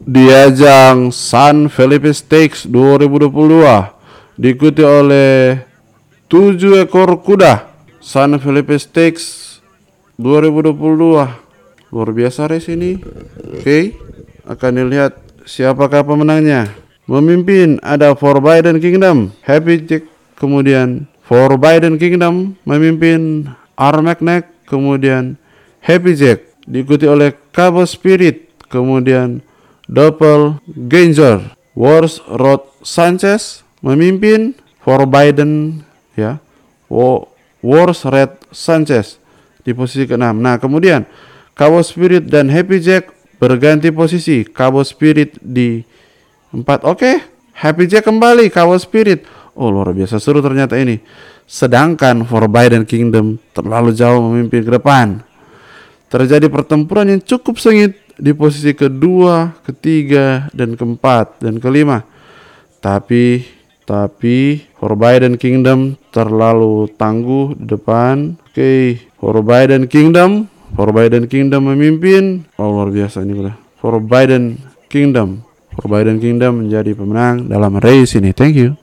di ajang San Felipe Stakes 2022 diikuti oleh 7 ekor kuda. San Felipe Stakes 2022 luar biasa race ini. Oke, akan dilihat siapakah pemenangnya. Memimpin ada Forbidden Kingdom, Happy Jack, kemudian Forbidden Kingdom memimpin Armaknack, kemudian Happy Jack diikuti oleh Cabo Spirit, kemudian Doppelganger. Wars Road Sanchez memimpin Forbidden ya. Wars Red Sanchez di posisi ke-6. Nah, kemudian Cabo Spirit dan Happy Jack berganti posisi. Cabo Spirit di 4. Oke, Happy Jack kembali, Cabo Spirit. Oh, luar biasa seru ternyata ini. Sedangkan Forbidden Kingdom terlalu jauh memimpin ke depan. Terjadi pertempuran yang cukup sengit di posisi kedua, ketiga, dan keempat, dan kelima. Tapi Forbidden Kingdom terlalu tangguh di depan. Oke, Forbidden Kingdom memimpin. Oh, luar biasa ini udah. Forbidden Kingdom menjadi pemenang dalam race ini. Thank you.